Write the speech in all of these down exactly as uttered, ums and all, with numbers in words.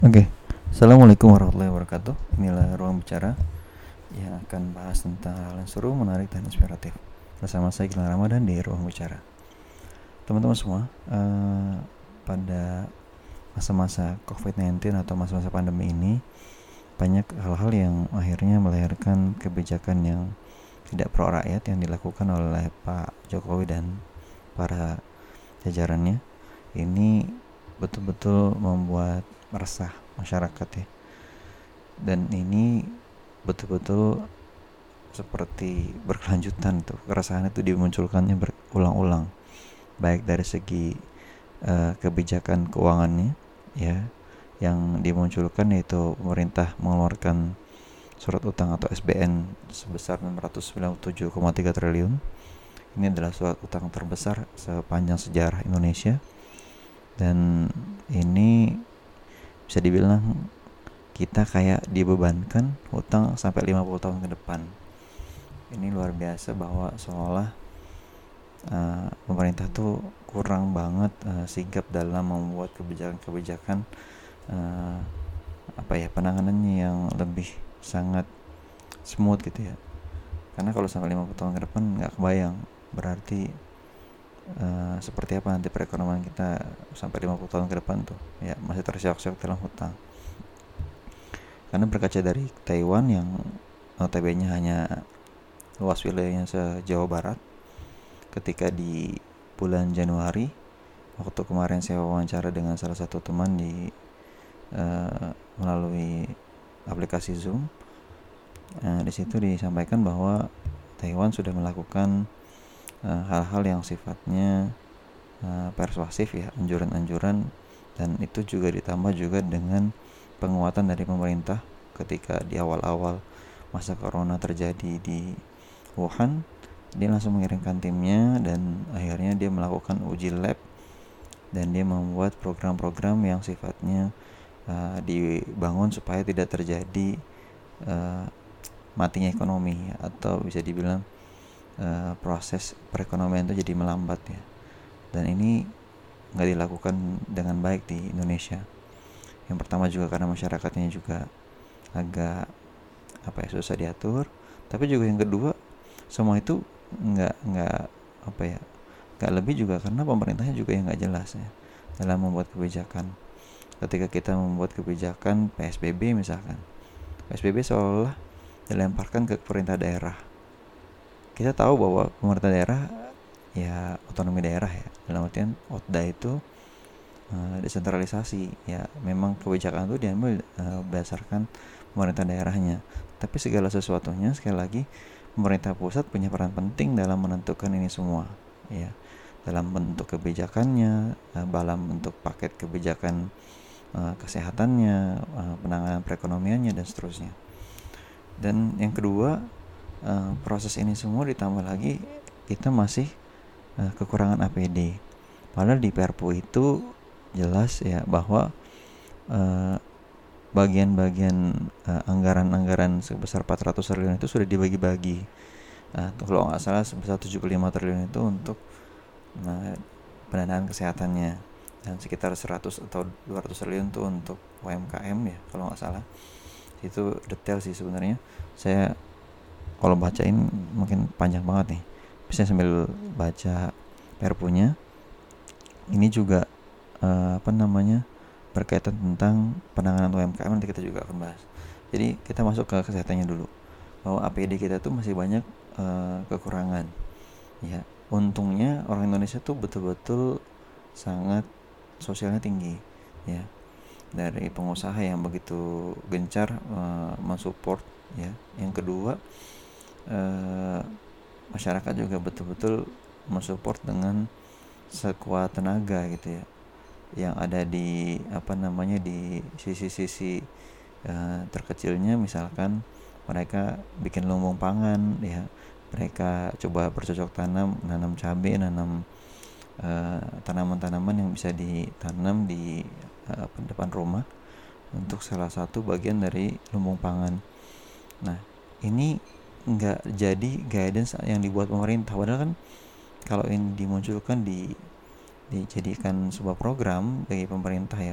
Oke, Assalamualaikum warahmatullahi wabarakatuh. Inilah ruang bicara yang akan bahas tentang hal yang seru, menarik, dan inspiratif. Bersama saya Gilang Ramadan di ruang bicara. Teman-teman semua, eh, pada masa-masa covid sembilan belas atau masa-masa pandemi ini, banyak hal-hal yang akhirnya melahirkan kebijakan yang tidak pro rakyat yang dilakukan oleh Pak Jokowi dan para jajarannya. Ini betul-betul membuat meresah masyarakat ya, dan ini betul-betul seperti berkelanjutan tuh, keresahan itu dimunculkannya berulang-ulang, baik dari segi uh, kebijakan keuangannya ya, yang dimunculkan yaitu pemerintah mengeluarkan surat utang atau S B N sebesar enam ratus sembilan puluh tujuh koma tiga triliun. Ini adalah surat utang terbesar sepanjang sejarah Indonesia, dan ini bisa dibilang kita kayak dibebankan hutang sampai lima puluh tahun ke depan. Ini luar biasa bahwa seolah uh, pemerintah tuh kurang banget uh, sigap dalam membuat kebijakan-kebijakan uh, apa ya penanganannya yang lebih sangat smooth gitu ya. Karena kalau sampai lima puluh tahun ke depan nggak kebayang berarti uh, seperti apa nanti perekonomian kita sampai lima puluh tahun ke depan tuh ya, masih tersiok-siok dalam hutang. Karena berkaca dari Taiwan yang notabene hanya luas wilayahnya se-Jawa Barat, ketika di bulan Januari waktu kemarin saya wawancara dengan salah satu teman di uh, melalui aplikasi Zoom, uh, di situ disampaikan bahwa Taiwan sudah melakukan uh, hal-hal yang sifatnya uh, persuasif ya, anjuran-anjuran, dan itu juga ditambah juga dengan penguatan dari pemerintah ketika di awal-awal masa corona terjadi di Wuhan. Dia langsung mengirimkan timnya dan akhirnya dia melakukan uji lab, dan dia membuat program-program yang sifatnya uh, dibangun supaya tidak terjadi uh, matinya ekonomi, atau bisa dibilang uh, proses perekonomian itu jadi melambat ya. Dan ini nggak dilakukan dengan baik di Indonesia. Yang pertama juga karena masyarakatnya juga agak apa ya, susah diatur, tapi juga yang kedua semua itu nggak nggak apa ya nggak lebih juga karena pemerintahnya juga yang nggak jelas ya dalam membuat kebijakan. Ketika kita membuat kebijakan P S B B misalkan, P S B B seolah dilemparkan ke pemerintah daerah. Kita tahu bahwa pemerintah daerah ya otonomi daerah ya, dalam artian O T D A itu Uh, desentralisasi ya, memang kebijakan itu diambil uh, berdasarkan pemerintah daerahnya, tapi segala sesuatunya sekali lagi pemerintah pusat punya peran penting dalam menentukan ini semua ya, dalam bentuk kebijakannya, uh, dalam bentuk paket kebijakan uh, kesehatannya, uh, penanganan perekonomiannya, dan seterusnya. Dan yang kedua, uh, proses ini semua ditambah lagi kita masih uh, kekurangan A P D, padahal di Perpu itu jelas ya bahwa uh, bagian-bagian uh, anggaran-anggaran sebesar empat ratus triliun itu sudah dibagi-bagi. Nah, kalau nggak salah sebesar tujuh puluh lima triliun itu untuk nah, pendanaan kesehatannya, dan sekitar seratus atau dua ratus triliun itu untuk U M K M ya kalau nggak salah. Itu detail sih sebenarnya. Saya kalau bacain mungkin panjang banget nih. Bisa sambil baca perpunya. Ini juga Uh, apa namanya berkaitan tentang penanganan U M K M, nanti kita juga akan bahas. Jadi kita masuk ke kesehatannya dulu, bahwa A P D kita tuh masih banyak uh, kekurangan ya. Untungnya orang Indonesia tuh betul-betul sangat sosialnya tinggi ya, dari pengusaha yang begitu gencar uh, mensupport ya. Yang kedua, uh, masyarakat juga betul-betul mensupport dengan sekuat tenaga gitu ya, yang ada di apa namanya di sisi-sisi uh, terkecilnya. Misalkan mereka bikin lumbung pangan ya, mereka coba bercocok tanam, nanam cabai, nanam uh, tanaman-tanaman yang bisa ditanam di uh, depan rumah untuk salah satu bagian dari lumbung pangan. Nah, ini nggak jadi guidance yang dibuat pemerintah, padahal kan kalau ini dimunculkan di dijadikan sebuah program bagi pemerintah ya,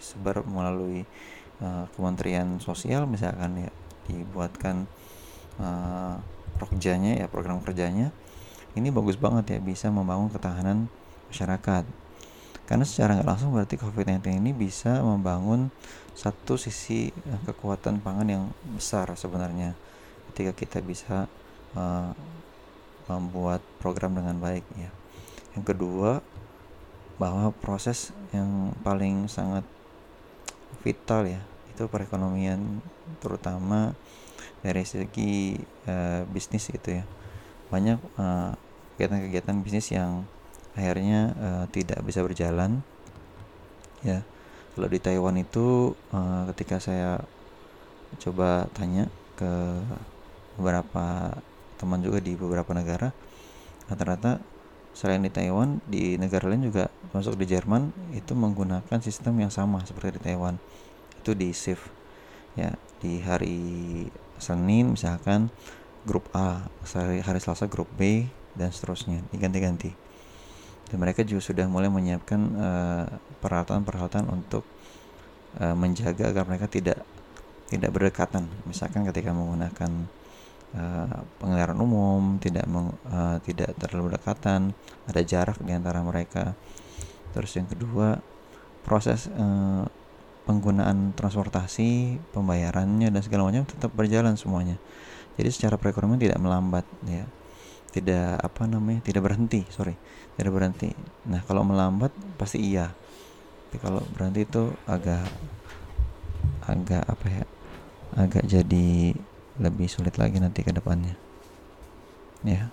disebar melalui uh, Kementerian Sosial misalkan ya, dibuatkan uh, prokjanya ya, program kerjanya. Ini bagus banget ya, bisa membangun ketahanan masyarakat. Karena secara nggak langsung berarti covid sembilan belas ini bisa membangun satu sisi uh, kekuatan pangan yang besar sebenarnya, ketika kita bisa uh, membuat program dengan baik ya. Yang kedua, bahwa proses yang paling sangat vital ya, itu perekonomian, terutama dari segi uh, bisnis gitu ya. Banyak uh, kegiatan-kegiatan bisnis yang akhirnya uh, tidak bisa berjalan ya. Kalau di Taiwan itu uh, ketika saya coba tanya ke beberapa teman juga di beberapa negara, rata-rata selain di Taiwan, di negara lain juga masuk di Jerman itu menggunakan sistem yang sama seperti di Taiwan. Itu di shift ya, di hari Senin misalkan grup A, hari, hari Selasa grup B, dan seterusnya, diganti-ganti. Dan mereka juga sudah mulai menyiapkan uh, peralatan-peralatan untuk uh, menjaga agar mereka tidak tidak berdekatan. Misalkan ketika menggunakan uh, pengeliharan umum, tidak meng, uh, tidak terlalu berdekatan, ada jarak di antara mereka. Terus yang kedua, proses uh, penggunaan transportasi, pembayarannya dan segala macam tetap berjalan semuanya. Jadi secara perekonomian tidak melambat ya, tidak apa namanya tidak berhenti sorry tidak berhenti. Nah kalau melambat pasti iya, tapi kalau berhenti itu agak agak apa ya agak jadi lebih sulit lagi nanti ke depannya ya.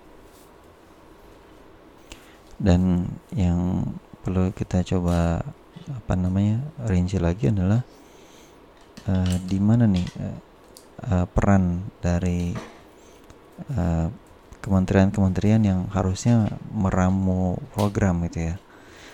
Dan yang perlu kita coba apa namanya rinci lagi adalah uh, di mana nih uh, uh, peran dari uh, kementerian-kementerian yang harusnya meramu program gitu ya,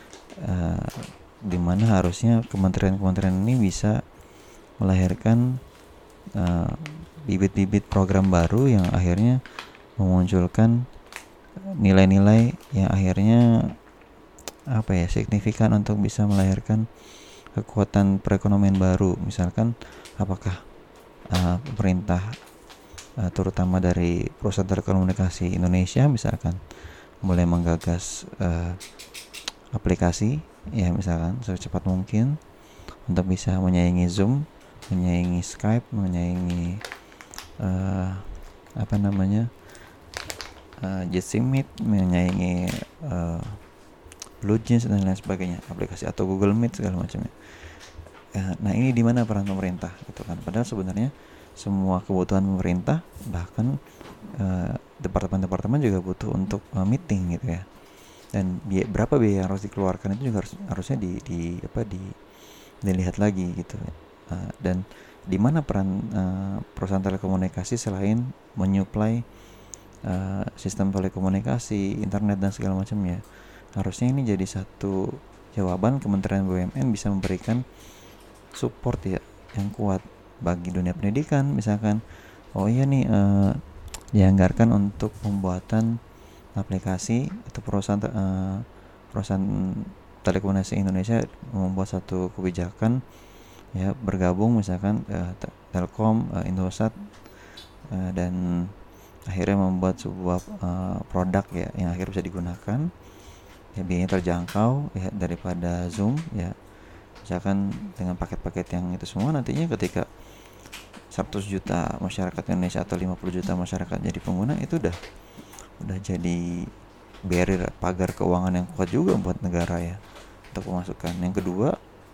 uh, di mana harusnya kementerian-kementerian ini bisa melahirkan uh, bibit-bibit program baru yang akhirnya memunculkan nilai-nilai yang akhirnya apa ya signifikan untuk bisa melahirkan kekuatan perekonomian baru. Misalkan apakah uh, pemerintah uh, terutama dari perusahaan telekomunikasi Indonesia misalkan mulai menggagas uh, aplikasi ya, misalkan secepat mungkin untuk bisa menyaingi Zoom, menyaingi Skype, menyaingi uh, apa namanya uh, Jitsi Meet, menyaingi uh, BlueJeans dan lain sebagainya, aplikasi atau Google Meet segala macamnya. Uh, nah ini di mana peran pemerintah gitu kan? Padahal sebenarnya semua kebutuhan pemerintah, bahkan uh, departemen-departemen juga butuh untuk uh, meeting gitu ya. Dan biaya, berapa biaya yang harus dikeluarkan itu juga harus, harusnya di, di apa di dilihat lagi gitu. Uh, dan di mana peran uh, perusahaan telekomunikasi selain menyuplai uh, sistem telekomunikasi, internet dan segala macamnya. Harusnya ini jadi satu jawaban. Kementerian B U M N bisa memberikan support ya yang kuat bagi dunia pendidikan misalkan. Oh iya nih uh, dianggarkan untuk pembuatan aplikasi atau perusahaan uh, perusahaan telekomunikasi Indonesia membuat satu kebijakan ya, bergabung misalkan uh, Telkom, uh, Indosat uh, dan akhirnya membuat sebuah uh, produk ya yang akhirnya bisa digunakan ya, biayanya terjangkau ya daripada Zoom ya, misalkan dengan paket-paket yang itu semua. Nantinya ketika seratus juta masyarakat Indonesia atau lima puluh juta masyarakat jadi pengguna, itu udah udah jadi barrier, pagar keuangan yang kuat juga buat negara ya untuk pemasukan. Yang kedua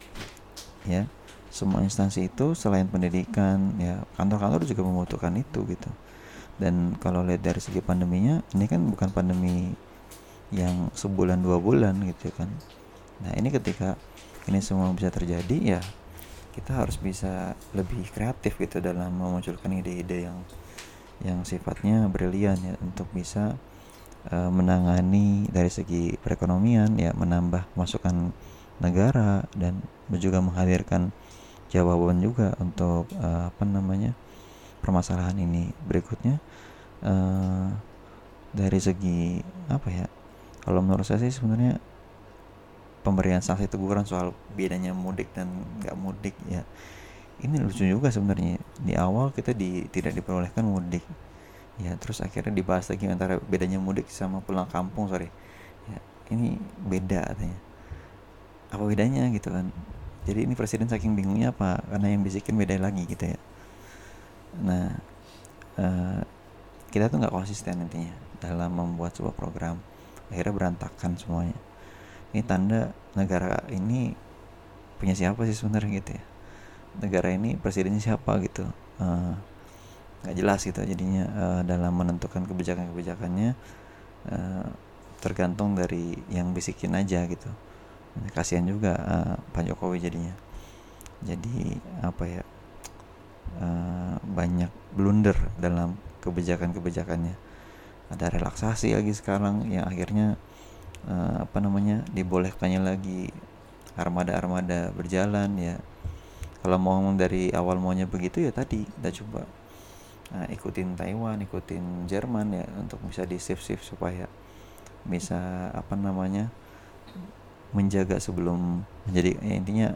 ya, semua instansi itu selain pendidikan ya, kantor-kantor juga membutuhkan itu gitu. Dan kalau lihat dari segi pandeminya, ini kan bukan pandemi yang sebulan dua bulan gitu kan. Nah ini ketika ini semua bisa terjadi ya, kita harus bisa lebih kreatif gitu dalam memunculkan ide-ide yang yang sifatnya brilian ya, untuk bisa uh, menangani dari segi perekonomian ya, menambah masukan negara dan juga menghadirkan jawaban juga untuk uh, apa namanya permasalahan ini. Berikutnya uh, dari segi apa ya, kalau menurut saya sih sebenarnya pemberian sanksi teguran soal bedanya mudik dan nggak mudik ya. Ini lucu juga sebenarnya, di awal kita di, tidak diperbolehkan mudik ya, terus akhirnya dibahas lagi antara bedanya mudik sama pulang kampung, sorry ya, ini beda katanya, apa bedanya gitu kan. Jadi ini presiden saking bingungnya apa karena yang bisikin beda lagi gitu ya. Nah uh, kita tuh nggak konsisten nantinya dalam membuat sebuah program, akhirnya berantakan semuanya. Ini tanda negara ini punya siapa sih sebenarnya gitu ya, negara ini presidennya siapa gitu, nggak uh, jelas gitu jadinya. Uh, dalam menentukan kebijakan-kebijakannya uh, tergantung dari yang bisikin aja gitu. Kasihan juga uh, Pak Jokowi jadinya, jadi apa ya, uh, banyak blunder dalam kebijakan-kebijakannya. Ada relaksasi lagi sekarang yang akhirnya uh, apa namanya dibolehkannya lagi armada-armada berjalan ya. Kalau mau ngomong dari awal maunya begitu ya tadi kita coba uh, ikutin Taiwan, ikutin Jerman ya, untuk bisa di shift-shift supaya bisa apa namanya menjaga sebelum menjadi ya, intinya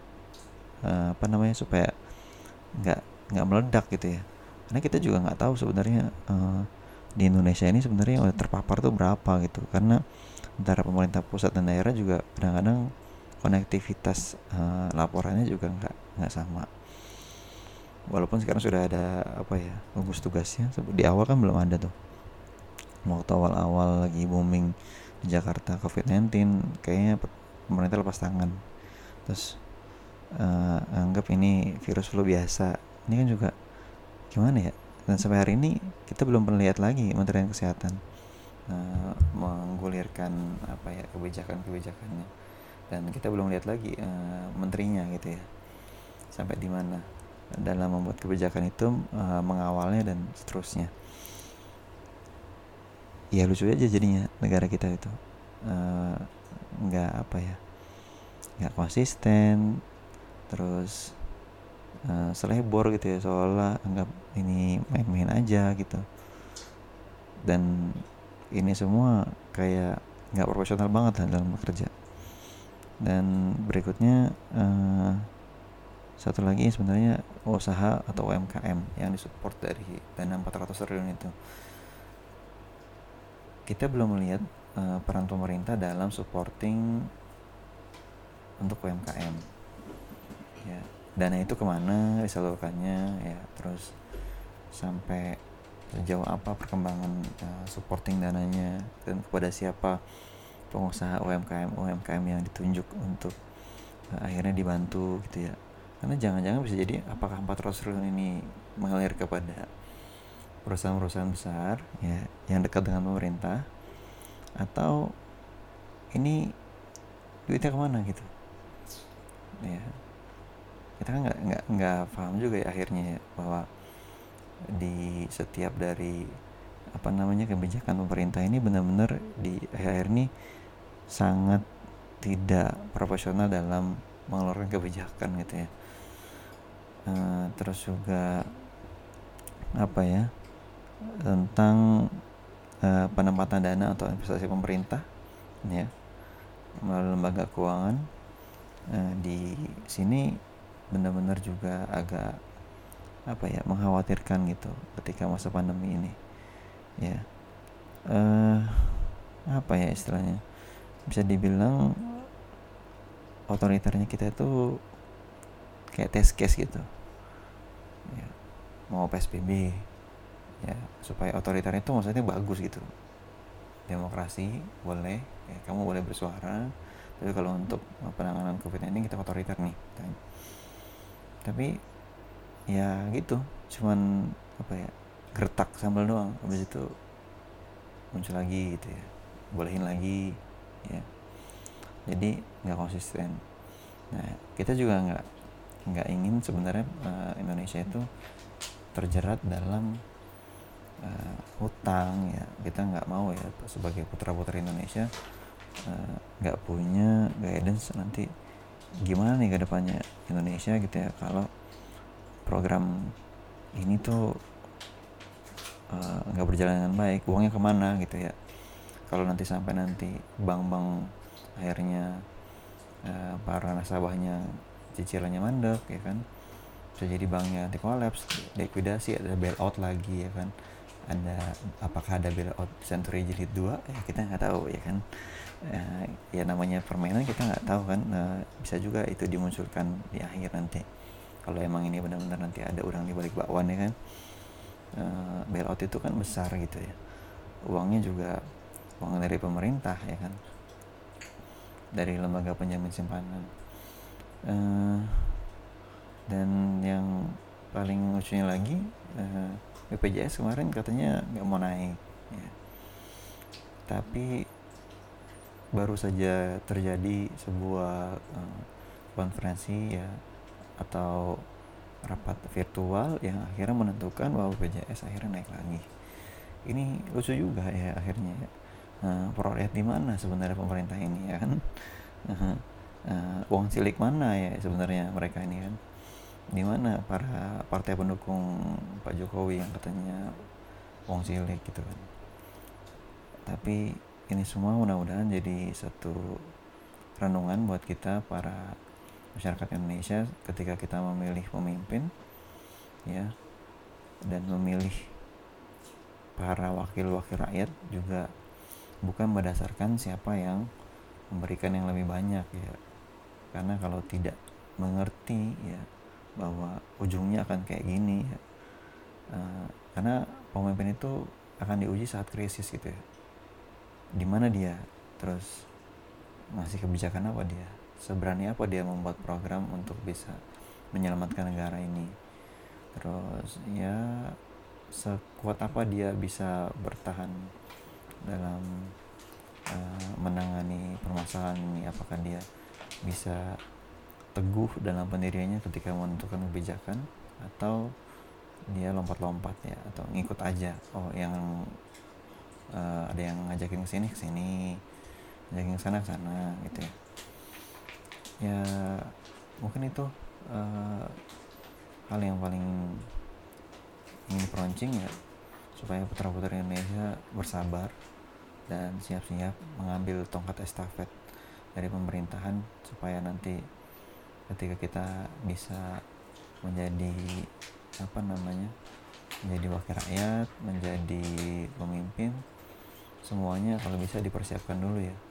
uh, apa namanya supaya nggak nggak meledak gitu ya. Karena kita juga nggak tahu sebenarnya uh, di Indonesia ini sebenarnya udah terpapar tuh berapa gitu, karena antara pemerintah pusat dan daerah juga kadang-kadang konektivitas uh, laporannya juga nggak nggak sama. Walaupun sekarang sudah ada apa ya gugus tugasnya, di awal kan belum ada tuh. Waktu awal-awal lagi booming di Jakarta covid sembilan belas kayaknya pemerintah lepas tangan, terus uh, anggap ini virus flu biasa. Ini kan juga gimana ya, dan sampai hari ini kita belum pernah lihat lagi Menteri Kesehatan uh, menggulirkan apa ya kebijakan-kebijakannya, dan kita belum lihat lagi uh, menterinya gitu ya sampai di mana dalam membuat kebijakan itu, uh, mengawalnya dan seterusnya. Ya lucu aja jadinya negara kita itu nggak uh, apa ya nggak konsisten, terus uh, selebor gitu ya, seolah anggap ini main-main aja gitu. Dan ini semua kayak nggak profesional banget lah dalam bekerja. Dan berikutnya uh, satu lagi sebenarnya usaha atau U M K M yang disupport dari dana empat ratus triliun itu. Kita belum melihat uh, peran pemerintah dalam supporting untuk U M K M ya, dana itu kemana disalurkannya ya, terus sampai sejauh apa perkembangan uh, supporting dananya, dan kepada siapa pengusaha U M K M U M K M yang ditunjuk untuk uh, akhirnya dibantu gitu ya. Karena jangan-jangan bisa jadi apakah empat ratus triliun ini mengalir kepada perusahaan-perusahaan besar ya yang dekat dengan pemerintah, atau ini duitnya kemana gitu ya. Kita kan nggak nggak nggak paham juga ya akhirnya ya, bahwa di setiap dari apa namanya kebijakan pemerintah ini benar-benar di akhir ini sangat tidak profesional dalam mengeluarkan kebijakan gitu ya. Uh, terus juga apa ya tentang uh, penempatan dana atau investasi pemerintah ya melalui lembaga keuangan, uh, di sini benar-benar juga agak apa ya mengkhawatirkan gitu ketika masa pandemi ini ya. Uh, apa ya istilahnya, bisa dibilang otoriternya kita itu kayak test case gitu ya. Mau P S B B ya supaya otoriter itu maksudnya bagus gitu, demokrasi boleh ya, kamu boleh bersuara, tapi kalau untuk penanganan covid sembilan belas kita otoriter nih gitu. Tapi ya gitu, cuman apa ya gertak sambal doang, habis itu muncul lagi gitu ya, bolehin lagi ya, jadi nggak konsisten. Nah kita juga nggak nggak ingin sebenarnya uh, Indonesia itu terjerat dalam uh, hutang ya. Kita nggak mau ya sebagai putra-putri Indonesia nggak uh, punya guidance nanti gimana nih ke depannya Indonesia gitu ya, kalau program ini tuh nggak uh, berjalan dengan baik, uangnya kemana gitu ya. Kalau nanti sampai nanti bank-bank akhirnya uh, para nasabahnya cicilannya mandek ya kan, bisa jadi banknya nanti kolaps, likuidasi, ada bailout lagi ya kan, ada apakah ada bailout Century Jilid dua ya kita nggak tahu ya kan. Uh, ya namanya permainan kita nggak tahu kan, uh, bisa juga itu dimunculkan di akhir nanti kalau emang ini benar-benar nanti ada orang di balik bakwan ya kan. Uh, bailout itu kan besar gitu ya, uangnya juga uang dari pemerintah ya kan, dari lembaga penjamin simpanan. Uh, dan yang paling lucunya lagi, uh, B P J S kemarin katanya nggak mau naik ya. Tapi baru saja terjadi sebuah uh, konferensi ya atau rapat virtual yang akhirnya menentukan bahwa B P J S akhirnya naik lagi. Ini lucu juga ya akhirnya ya. Uh, prorakyat di mana sebenarnya pemerintah ini ya kan? Uh, uh, uang cilik mana ya sebenarnya mereka ini kan? Di mana para partai pendukung Pak Jokowi yang katanya uang cilik gitu kan? Tapi ini semua mudah-mudahan jadi satu renungan buat kita para masyarakat Indonesia ketika kita memilih pemimpin ya, dan memilih para wakil-wakil rakyat juga bukan berdasarkan siapa yang memberikan yang lebih banyak ya, karena kalau tidak mengerti ya bahwa ujungnya akan kayak gini ya, uh, karena pemimpin itu akan diuji saat krisis gitu ya, di mana dia terus ngasih kebijakan apa dia, seberani apa dia membuat program untuk bisa menyelamatkan negara ini, terus ya sekuat apa dia bisa bertahan dalam uh, menangani permasalahan ini, apakah dia bisa teguh dalam pendiriannya ketika menentukan kebijakan atau dia lompat-lompat ya, atau ngikut aja, oh yang uh, ada yang ngajakin kesini kesini, ngajakin kesana kesana gitu ya. Ya mungkin itu uh, hal yang paling ingin peroncing ya, supaya putra-putri Indonesia bersabar dan siap-siap mengambil tongkat estafet dari pemerintahan, supaya nanti ketika kita bisa menjadi apa namanya menjadi wakil rakyat, menjadi pemimpin, semuanya kalau bisa dipersiapkan dulu ya,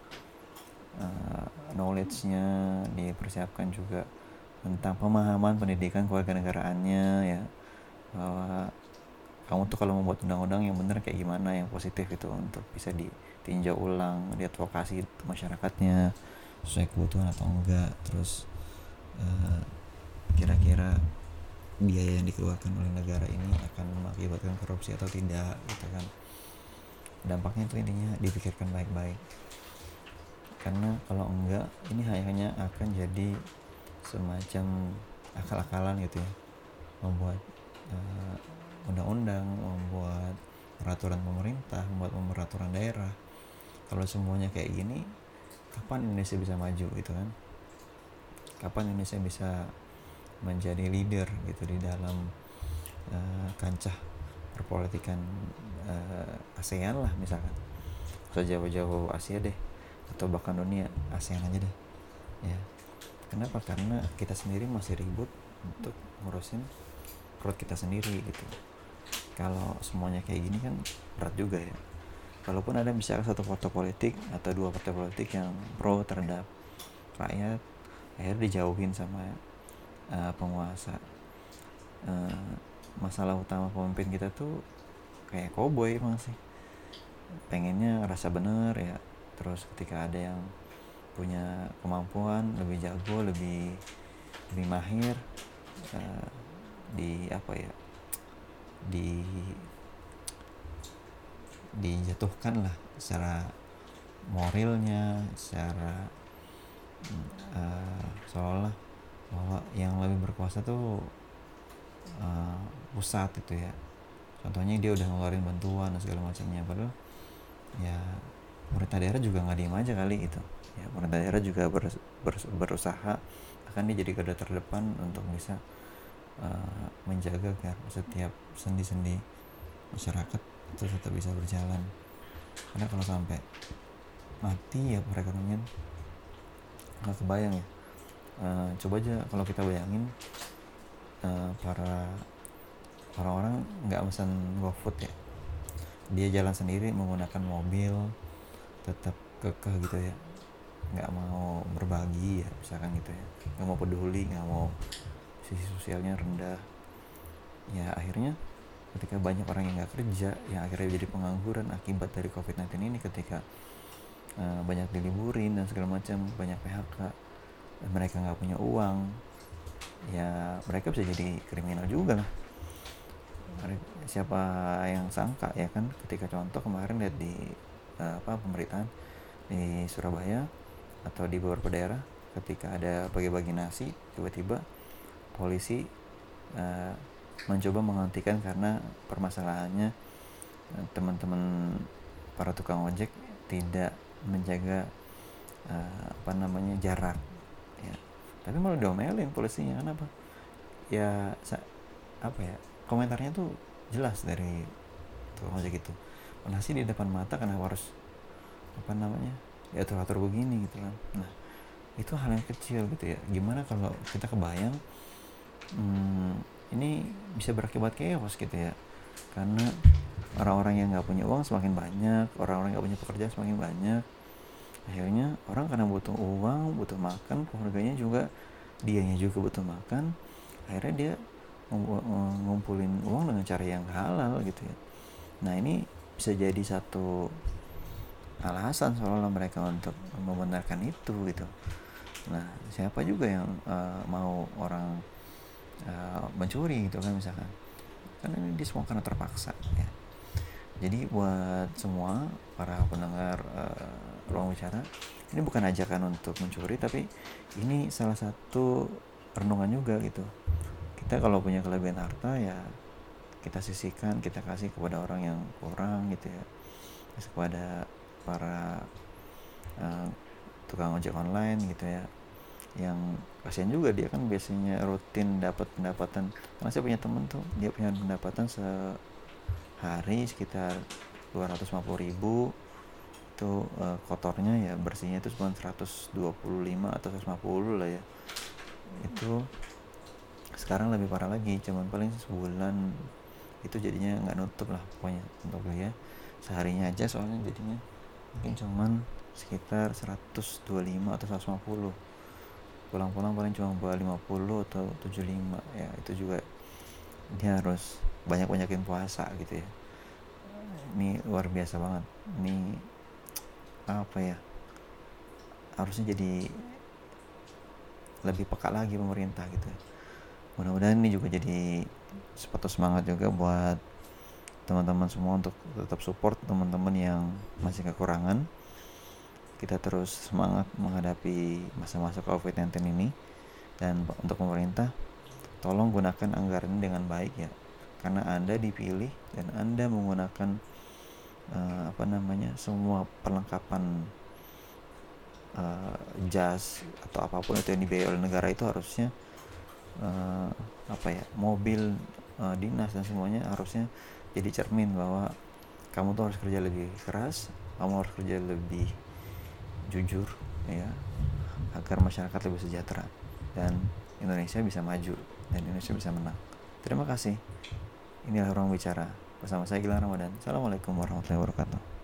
uh, knowledge-nya dipersiapkan juga tentang pemahaman pendidikan kewarganegaraannya ya, bahwa kamu tuh kalau membuat undang-undang yang benar kayak gimana, yang positif itu untuk bisa ditinjau ulang, diadvokasi masyarakatnya sesuai kebutuhan atau enggak, terus Uh, kira-kira biaya yang dikeluarkan oleh negara ini akan mengakibatkan korupsi atau tidak gitu kan. Dampaknya itu intinya dipikirkan baik-baik, karena kalau enggak ini hanya akan jadi semacam akal-akalan gitu ya, membuat uh, undang-undang, membuat peraturan pemerintah, membuat peraturan daerah. Kalau semuanya kayak gini, kapan Indonesia bisa maju gitu kan? Kapan Indonesia bisa menjadi leader gitu di dalam uh, kancah perpolitikan uh, ASEAN lah misalkan, atau jauh-jauh Asia deh, atau bahkan dunia, ASEAN aja deh ya. Kenapa? Karena kita sendiri masih ribut untuk ngurusin perut kita sendiri gitu. Kalau semuanya kayak gini kan berat juga ya. Kalaupun ada misalkan satu partai politik atau dua partai politik yang pro terhadap rakyat, akhirnya dijauhin sama uh, penguasa. Uh, masalah utama pemimpin kita tuh kayak koboi emang sih, pengennya rasa bener ya, terus ketika ada yang punya kemampuan lebih jago, lebih lebih mahir, uh, di apa ya, di dijatuhkan lah secara moralnya, secara Uh, seolah bahwa yang lebih berkuasa tuh uh, pusat itu ya. Contohnya dia udah ngeluarin bantuan dan segala macamnya, padahal ya pemerintah daerah juga nggak diem aja kali gitu ya. Pemerintah daerah juga ber, ber, berusaha, akan dia jadi garda terdepan untuk bisa uh, menjaga kan setiap sendi-sendi masyarakat terus tetap bisa berjalan. Karena kalau sampai mati ya perekonomian, nggak kebayang ya. Uh, coba aja kalau kita bayangin uh, para orang-orang nggak pesan GoFood ya, dia jalan sendiri menggunakan mobil, tetap kekeh gitu ya, nggak mau berbagi ya misalkan gitu ya, nggak mau peduli, nggak mau, sisi sosialnya rendah ya. Akhirnya ketika banyak orang yang nggak kerja, yang akhirnya jadi pengangguran akibat dari covid sembilan belas ini, ketika uh, banyak diliburin dan segala macam, banyak P H K, dan mereka nggak punya uang ya, mereka bisa jadi kriminal juga lah. Siapa yang sangka ya kan, ketika contoh kemarin lihat di uh, apa pemberitaan di Surabaya atau di beberapa daerah, ketika ada bagi-bagi nasi, tiba-tiba polisi uh, mencoba menghentikan karena permasalahannya uh, teman-teman para tukang ojek tidak menjaga uh, apa namanya jarak ya. Tapi malah diomelin polisinya, kenapa ya, sa- apa ya, komentarnya tuh jelas dari tukang ojek itu, nasi di depan mata kenapa harus apa namanya ya atur-atur begini gitu kan. Nah itu hal yang kecil gitu ya, gimana kalau kita kebayang hmm, ini bisa berakibat chaos gitu ya, karena orang-orang yang nggak punya uang semakin banyak, orang-orang nggak punya pekerjaan semakin banyak. Akhirnya orang karena butuh uang, butuh makan, keluarganya juga, dianya juga butuh makan, akhirnya dia ngumpulin uang dengan cara yang halal gitu ya. Nah ini bisa jadi satu alasan seolah-olah mereka untuk membenarkan itu gitu. Nah siapa juga yang uh, mau orang uh, mencuri gitu kan misalkan, kan ini dia semua karena terpaksa ya. Jadi buat semua para pendengar uh, Ruang Bicara, ini bukan ajakan untuk mencuri, tapi ini salah satu renungan juga gitu. Kita kalau punya kelebihan harta ya kita sisihkan, kita kasih kepada orang yang kurang gitu ya, kasih kepada para uh, tukang ojek online gitu ya, yang kasihan juga, dia kan biasanya rutin dapat pendapatan. Karena saya punya temen tuh, dia punya pendapatan sehari sekitar dua ratus lima puluh ribu, itu uh, kotornya ya, bersihnya itu cuma seratus dua puluh lima atau seratus lima puluh lah ya. Itu sekarang lebih parah lagi, cuman paling sebulan itu jadinya nggak nutup lah pokoknya untuk dia seharinya aja, soalnya jadinya mungkin cuman sekitar seratus dua puluh lima atau seratus lima puluh, pulang-pulang paling cuma bawa lima puluh atau tujuh puluh lima ya. Itu juga dia harus banyak-banyakin puasa gitu ya. Ini luar biasa banget, ini apa ya, harusnya jadi lebih peka lagi pemerintah gitu ya. Mudah-mudahan ini juga jadi sepatu semangat juga buat teman-teman semua untuk tetap support teman-teman yang masih kekurangan. Kita terus semangat menghadapi masa-masa covid sembilan belas ini. Dan untuk pemerintah, tolong gunakan anggaran ini dengan baik ya, karena Anda dipilih dan Anda menggunakan uh, apa namanya semua perlengkapan uh, jas atau apapun itu yang dibiayai oleh negara, itu harusnya uh, apa ya, mobil uh, dinas dan semuanya harusnya jadi cermin bahwa kamu tuh harus kerja lebih keras, kamu harus kerja lebih jujur ya, agar masyarakat lebih sejahtera dan Indonesia bisa maju dan Indonesia bisa menang. Terima kasih. Inilah Ruang Bicara bersama saya Gilang Ramadan. Assalamualaikum warahmatullahi wabarakatuh.